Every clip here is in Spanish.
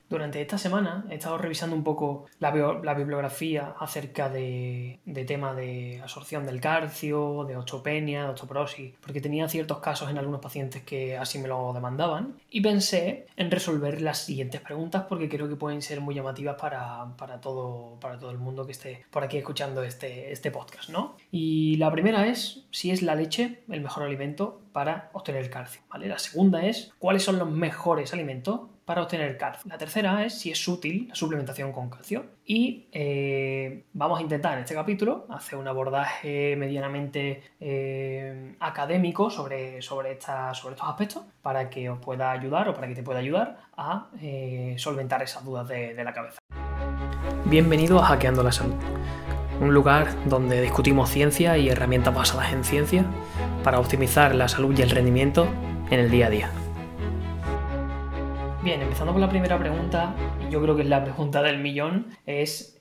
Durante esta semana he estado revisando un poco la bibliografía acerca de tema de absorción del calcio, de osteopenia, de osteoporosis, porque tenía ciertos casos en algunos pacientes que así me lo demandaban y pensé en resolver las siguientes preguntas porque creo que pueden ser muy llamativas para todo el mundo que esté por aquí escuchando este podcast, ¿no? Y la primera es si es la leche el mejor alimento para obtener calcio, ¿vale? La segunda es cuáles son los mejores alimentos para obtener calcio. La tercera es si es útil la suplementación con calcio. Y vamos a intentar en este capítulo hacer un abordaje medianamente académico sobre estos aspectos para que os pueda ayudar o para que te pueda ayudar a solventar esas dudas de la cabeza. Bienvenido a Hackeando la Salud, un lugar donde discutimos ciencia y herramientas basadas en ciencia para optimizar la salud y el rendimiento en el día a día. Bien, empezando con la primera pregunta, yo creo que es la pregunta del millón, es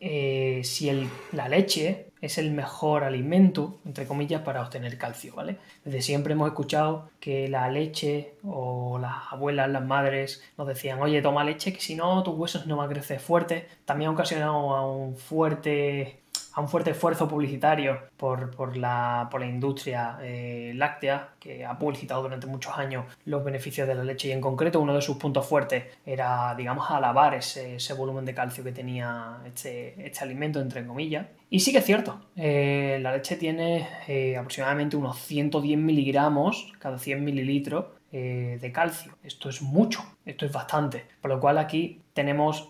si la leche es el mejor alimento, entre comillas, para obtener calcio, ¿vale? Desde siempre hemos escuchado que la leche o las abuelas, las madres nos decían, oye, toma leche que si no tus huesos no van a crecer fuertes. También ha ocasionado a un fuerte esfuerzo publicitario por la industria láctea, que ha publicitado durante muchos años los beneficios de la leche y en concreto uno de sus puntos fuertes era, digamos, alabar ese volumen de calcio que tenía este alimento, entre comillas. Y sí que es cierto, la leche tiene aproximadamente unos 110 miligramos cada 100 mililitros de calcio. Esto es mucho, esto es bastante. Por lo cual aquí tenemos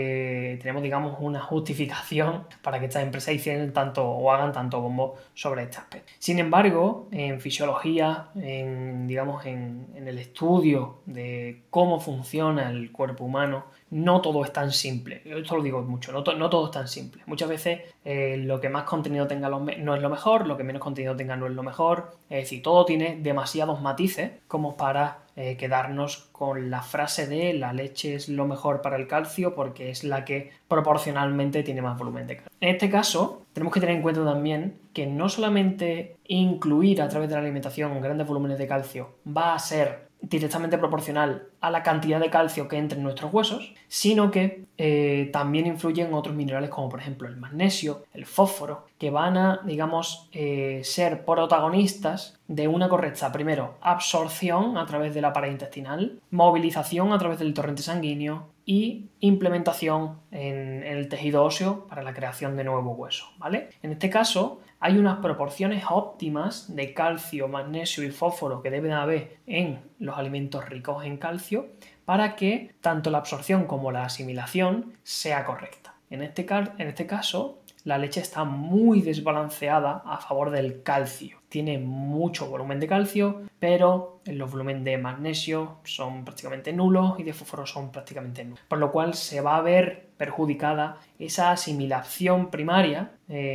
digamos, una justificación para que estas empresas hicieran tanto o hagan tanto bombo sobre este aspecto. Sin embargo, en fisiología, digamos, en el estudio de cómo funciona el cuerpo humano, no todo es tan simple. Yo esto lo digo mucho, no todo es tan simple. Muchas veces lo que más contenido tenga no es lo mejor, lo que menos contenido tenga no es lo mejor. Es decir, todo tiene demasiados matices como para quedarnos con la frase de la leche es lo mejor para el calcio porque es la que proporcionalmente tiene más volumen de calcio. En este caso, tenemos que tener en cuenta también que no solamente incluir a través de la alimentación grandes volúmenes de calcio va a ser directamente proporcional a la cantidad de calcio que entre en nuestros huesos, sino que también influyen otros minerales como por ejemplo el magnesio, el fósforo, que van a, digamos, ser protagonistas de una correcta, primero, absorción a través de la pared intestinal, movilización a través del torrente sanguíneo y implementación en el tejido óseo para la creación de nuevo hueso, ¿vale? En este caso, hay unas proporciones óptimas de calcio, magnesio y fósforo que deben haber en los alimentos ricos en calcio para que tanto la absorción como la asimilación sea correcta. En este caso, la leche está muy desbalanceada a favor del calcio. Tiene mucho volumen de calcio, pero los volúmenes de magnesio son prácticamente nulos y de fósforo son prácticamente nulos. Por lo cual se va a ver perjudicada esa asimilación primaria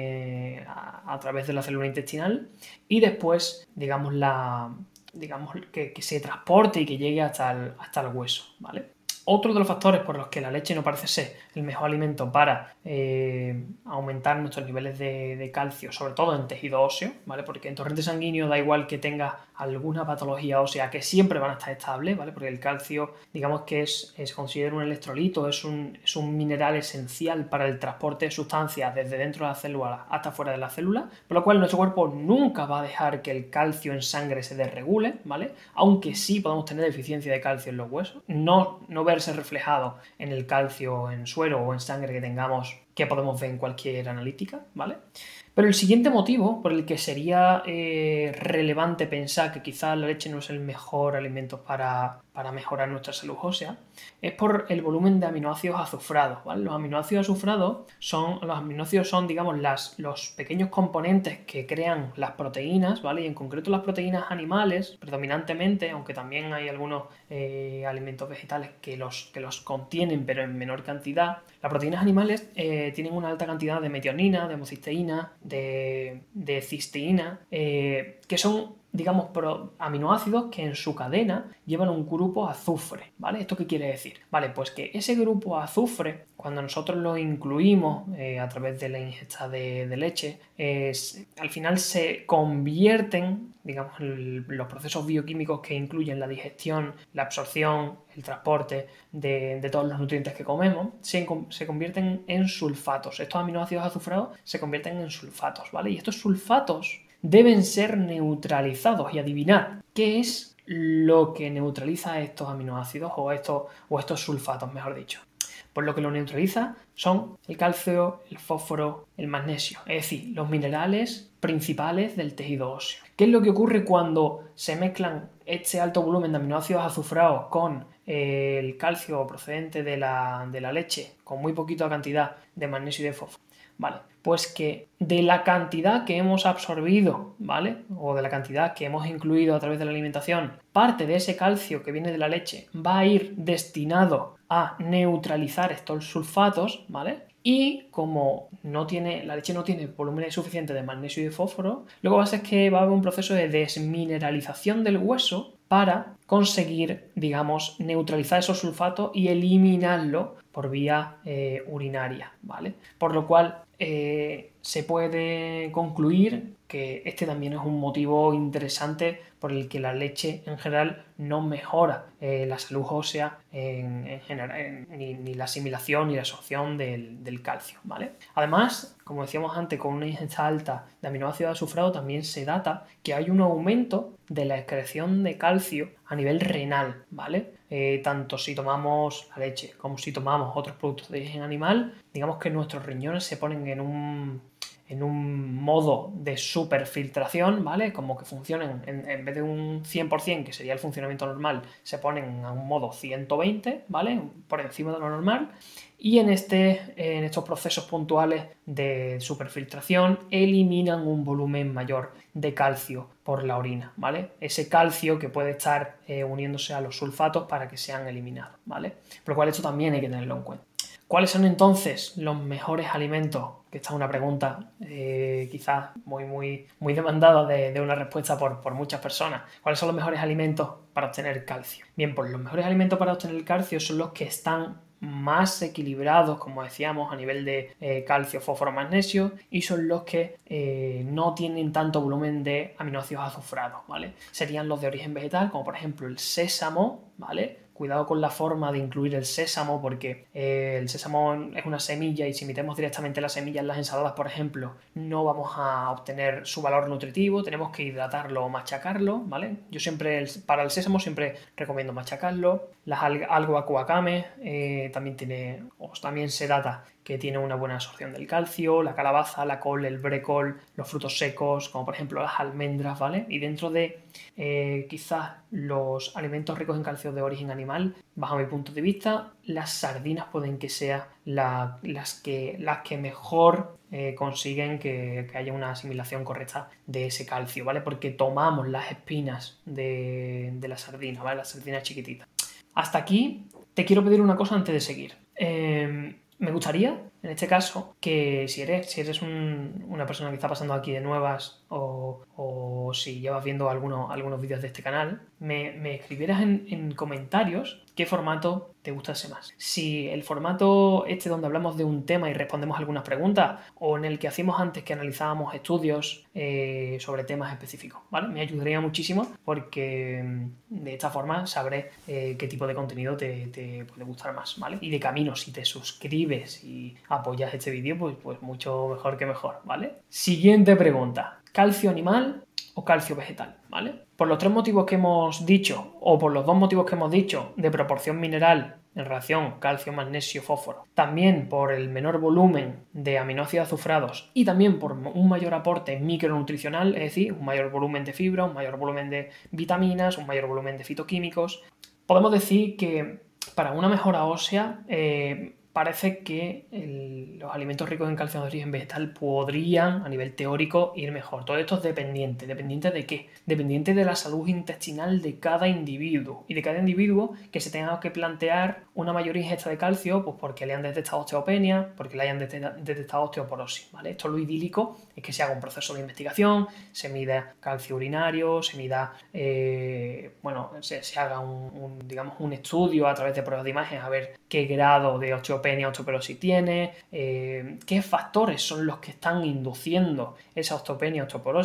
a través de la célula intestinal y después, digamos, que se transporte y que llegue hasta el hueso, ¿vale? Otro de los factores por los que la leche no parece ser el mejor alimento para aumentar nuestros niveles de calcio, sobre todo en tejido óseo, ¿vale? Porque en torrente sanguíneo da igual que tenga alguna patología ósea, que siempre van a estar estables, ¿vale? Porque el calcio, digamos que se considera un electrolito, es un mineral esencial para el transporte de sustancias desde dentro de la célula hasta fuera de la célula, por lo cual nuestro cuerpo nunca va a dejar que el calcio en sangre se desregule, ¿vale? Aunque sí podemos tener deficiencia de calcio en los huesos, no verse reflejado en el calcio en suero o en sangre que tengamos, que podemos ver en cualquier analítica, ¿vale? Pero el siguiente motivo por el que sería relevante pensar que quizás la leche no es el mejor alimento para mejorar nuestra salud ósea es por el volumen de aminoácidos azufrados, ¿vale? Los aminoácidos azufrados son, digamos, los pequeños componentes que crean las proteínas, ¿vale? Y en concreto las proteínas animales, predominantemente, aunque también hay algunos alimentos vegetales que los contienen, pero en menor cantidad. Las proteínas animales tienen una alta cantidad de metionina, de homocisteína, de cisteína, que son digamos, aminoácidos que en su cadena llevan un grupo azufre, ¿vale? ¿Esto qué quiere decir? Vale, pues que ese grupo azufre, cuando nosotros lo incluimos a través de la ingesta de leche, al final se convierten, digamos, los procesos bioquímicos que incluyen la digestión, la absorción, el transporte de todos los nutrientes que comemos, se convierten en sulfatos. Estos aminoácidos azufrados se convierten en sulfatos, ¿vale? Y estos sulfatos deben ser neutralizados. Y adivinad, ¿qué es lo que neutraliza estos aminoácidos o estos sulfatos, mejor dicho? Pues lo que lo neutraliza son el calcio, el fósforo, el magnesio, es decir, los minerales principales del tejido óseo. ¿Qué es lo que ocurre cuando se mezclan este alto volumen de aminoácidos azufrados con el calcio procedente de la leche, con muy poquita cantidad de magnesio y de fósforo? Vale, pues que de la cantidad que hemos absorbido, ¿vale? O de la cantidad que hemos incluido a través de la alimentación, parte de ese calcio que viene de la leche va a ir destinado a neutralizar estos sulfatos, ¿vale? Y como la leche no tiene volumen suficiente de magnesio y de fósforo, lo que pasa es que va a haber un proceso de desmineralización del hueso para conseguir, digamos, neutralizar esos sulfatos y eliminarlo por vía urinaria, ¿vale? Por lo cual se puede concluir que este también es un motivo interesante por el que la leche en general no mejora la salud ósea en general, ni la asimilación ni la absorción del calcio, ¿vale? Además, como decíamos antes, con una ingesta alta de aminoácidos azufrados también se data que hay un aumento de la excreción de calcio a nivel renal, ¿vale? Tanto si tomamos la leche como si tomamos otros productos de origen animal, digamos que nuestros riñones se ponen en un modo de superfiltración, ¿vale? Como que funcionen, en vez de un 100%, que sería el funcionamiento normal, se ponen a un modo 120, ¿vale? Por encima de lo normal. Y en estos procesos puntuales de superfiltración eliminan un volumen mayor de calcio por la orina, ¿vale? Ese calcio que puede estar uniéndose a los sulfatos para que sean eliminados, ¿vale? Por lo cual esto también hay que tenerlo en cuenta. ¿Cuáles son entonces los mejores alimentos? Que esta es una pregunta quizás muy demandada de una respuesta por muchas personas. ¿Cuáles son los mejores alimentos para obtener calcio? Bien, pues los mejores alimentos para obtener calcio son los que están más equilibrados, como decíamos, a nivel de calcio, fósforo, magnesio, y son los que no tienen tanto volumen de aminoácidos azufrados, ¿vale? Serían los de origen vegetal, como por ejemplo el sésamo, ¿vale? Cuidado con la forma de incluir el sésamo, porque el sésamo es una semilla y si metemos directamente la semilla en las ensaladas, por ejemplo, no vamos a obtener su valor nutritivo, tenemos que hidratarlo o machacarlo, ¿vale? Yo siempre, para el sésamo, siempre recomiendo machacarlo. Las algas wakame también se data que tiene una buena absorción del calcio, la calabaza, la col, el brécol, los frutos secos, como por ejemplo las almendras, ¿vale? Y dentro de quizás los alimentos ricos en calcio de origen animal, bajo mi punto de vista, las sardinas pueden que sean las que mejor consiguen que haya una asimilación correcta de ese calcio, ¿vale? Porque tomamos las espinas de la sardina, ¿vale? Las sardinas chiquititas. Hasta aquí te quiero pedir una cosa antes de seguir. Me gustaría, en este caso, que si eres una persona que está pasando aquí de nuevas o si llevas viendo algunos vídeos de este canal, me escribieras en comentarios qué formato te gustase más. Si el formato donde hablamos de un tema y respondemos algunas preguntas o en el que hacíamos antes que analizábamos estudios sobre temas específicos, ¿vale? Me ayudaría muchísimo porque de esta forma sabré qué tipo de contenido te puede gustar más, ¿vale? Y de camino, si te suscribes y apoyas este vídeo, pues mucho mejor que mejor, ¿vale? Siguiente pregunta. ¿Calcio animal o calcio vegetal? ¿Vale? Por los 3 motivos que hemos dicho, o por los 2 motivos que hemos dicho de proporción mineral en relación calcio, magnesio, fósforo, también por el menor volumen de aminoácidos azufrados y también por un mayor aporte micronutricional, es decir, un mayor volumen de fibra, un mayor volumen de vitaminas, un mayor volumen de fitoquímicos, podemos decir que para una mejora ósea parece que los alimentos ricos en calcio de origen vegetal podrían, a nivel teórico, ir mejor. Todo esto es dependiente. ¿Dependiente de qué? Dependiente de la salud intestinal de cada individuo. Y de cada individuo que se tenga que plantear una mayor ingesta de calcio, pues porque le han detectado osteopenia, porque le hayan detectado osteoporosis, ¿vale? Esto lo idílico es que se haga un proceso de investigación, se mida calcio urinario, se mida, se haga un estudio a través de pruebas de imagen a ver qué grado de osteopenia o osteoporosis tiene, qué factores son los que están induciendo esa osteopenia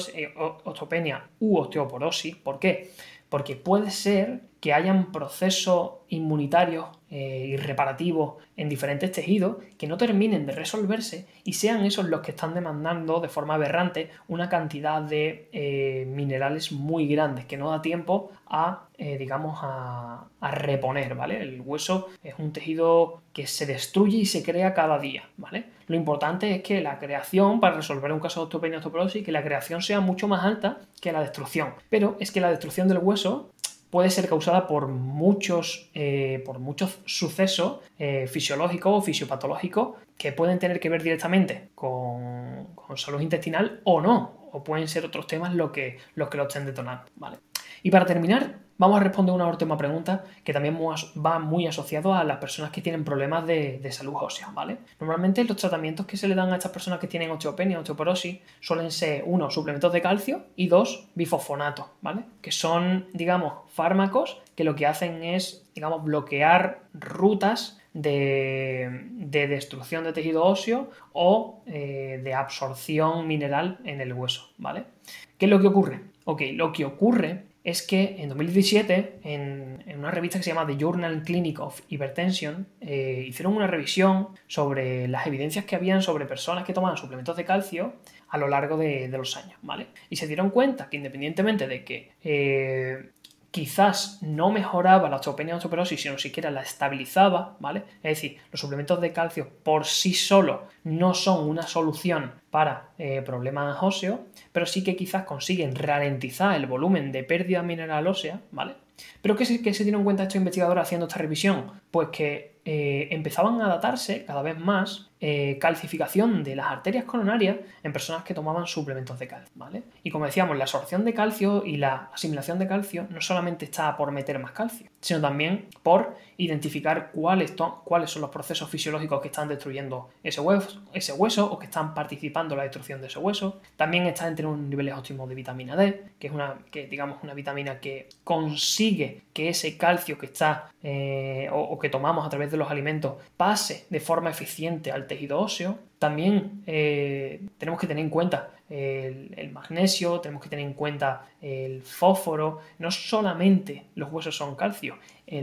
u osteoporosis. ¿Por qué? Porque puede ser que hayan procesos inmunitarios y reparativos en diferentes tejidos que no terminen de resolverse y sean esos los que están demandando de forma aberrante una cantidad de minerales muy grandes que no da tiempo a reponer, ¿vale? El hueso es un tejido que se destruye y se crea cada día, ¿vale? Lo importante es que la creación, para resolver un caso de osteopenia o osteoporosis, que la creación sea mucho más alta que la destrucción. Pero es que la destrucción del hueso puede ser causada por muchos sucesos fisiológicos o fisiopatológicos que pueden tener que ver directamente con salud intestinal o no, o pueden ser otros temas los que lo estén detonando, ¿vale? Y para terminar, vamos a responder una última pregunta que también va muy asociado a las personas que tienen problemas de salud ósea, ¿vale? Normalmente los tratamientos que se le dan a estas personas que tienen osteopenia, osteoporosis, suelen ser, 1, suplementos de calcio y 2, bifosfonatos, ¿vale? Que son, digamos, fármacos que lo que hacen es, digamos, bloquear rutas de destrucción de tejido óseo o de absorción mineral en el hueso, ¿vale? ¿Qué es lo que ocurre? Ok, lo que ocurre es que en 2017, en una revista que se llama The Journal Clinic of Hypertension, hicieron una revisión sobre las evidencias que habían sobre personas que tomaban suplementos de calcio a lo largo de los años, ¿vale? Y se dieron cuenta que independientemente de que quizás no mejoraba la osteopenia o osteoporosis, sino siquiera la estabilizaba, ¿vale? Es decir, los suplementos de calcio por sí solos no son una solución para problemas óseos, pero sí que quizás consiguen ralentizar el volumen de pérdida mineral ósea, ¿vale? Pero ¿qué se dieron cuenta estos investigadores haciendo esta revisión? Pues que empezaban a datarse cada vez más calcificación de las arterias coronarias en personas que tomaban suplementos de calcio, ¿vale? Y como decíamos, la absorción de calcio y la asimilación de calcio no solamente está por meter más calcio, sino también por identificar cuáles son los procesos fisiológicos que están destruyendo ese hueso o que están participando en la destrucción de ese hueso. También está en tener un nivel óptimo de vitamina D, que es una vitamina que consigue que ese calcio que está o que tomamos a través de los alimentos pase de forma eficiente al tejido óseo. También tenemos que tener en cuenta el magnesio, tenemos que tener en cuenta el fósforo. No solamente los huesos son calcio,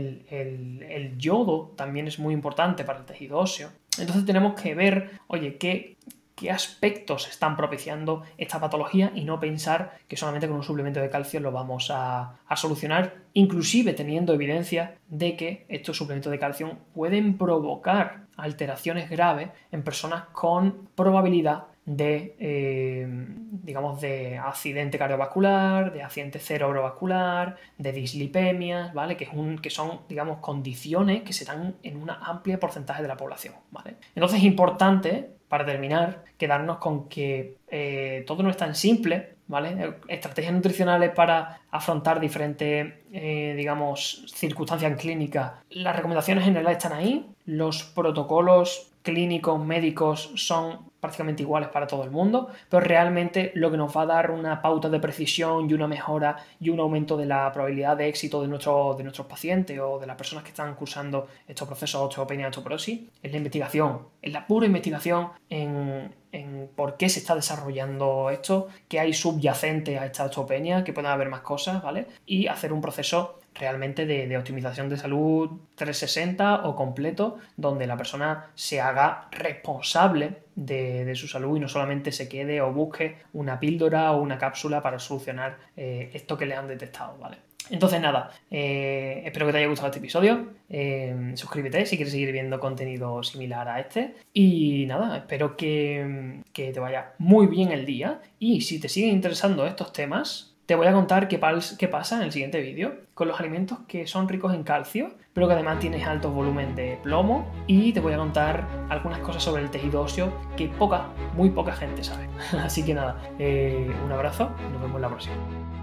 el yodo también es muy importante para el tejido óseo. Entonces tenemos que ver, oye, qué aspectos están propiciando esta patología y no pensar que solamente con un suplemento de calcio lo vamos a solucionar, inclusive teniendo evidencia de que estos suplementos de calcio pueden provocar alteraciones graves en personas con probabilidad de accidente cardiovascular, de accidente cerebrovascular, de dislipemias, ¿vale? Que son, digamos, condiciones que se dan en un amplio porcentaje de la población, ¿vale? Entonces es importante, para terminar, quedarnos con que todo no es tan simple, ¿vale? Estrategias nutricionales para afrontar diferentes, circunstancias clínicas. Las recomendaciones generales están ahí, los protocolos clínicos, médicos son prácticamente iguales para todo el mundo, pero realmente lo que nos va a dar una pauta de precisión y una mejora y un aumento de la probabilidad de éxito de nuestros pacientes o de las personas que están cursando estos procesos de osteopenia y osteoporosis es la investigación, es la pura investigación en por qué se está desarrollando esto, qué hay subyacente a esta osteopenia, que pueden haber más cosas, ¿vale? Y hacer un proceso realmente de optimización de salud 360 o completo, donde la persona se haga responsable de su salud y no solamente se quede o busque una píldora o una cápsula para solucionar esto que le han detectado, ¿vale? Entonces nada, espero que te haya gustado este episodio, suscríbete si quieres seguir viendo contenido similar a este y nada, espero que te vaya muy bien el día y si te siguen interesando estos temas, Te voy a contar qué pasa en el siguiente vídeo con los alimentos que son ricos en calcio, pero que además tienen alto volumen de plomo, y te voy a contar algunas cosas sobre el tejido óseo que muy poca gente sabe. Así que nada, un abrazo y nos vemos la próxima.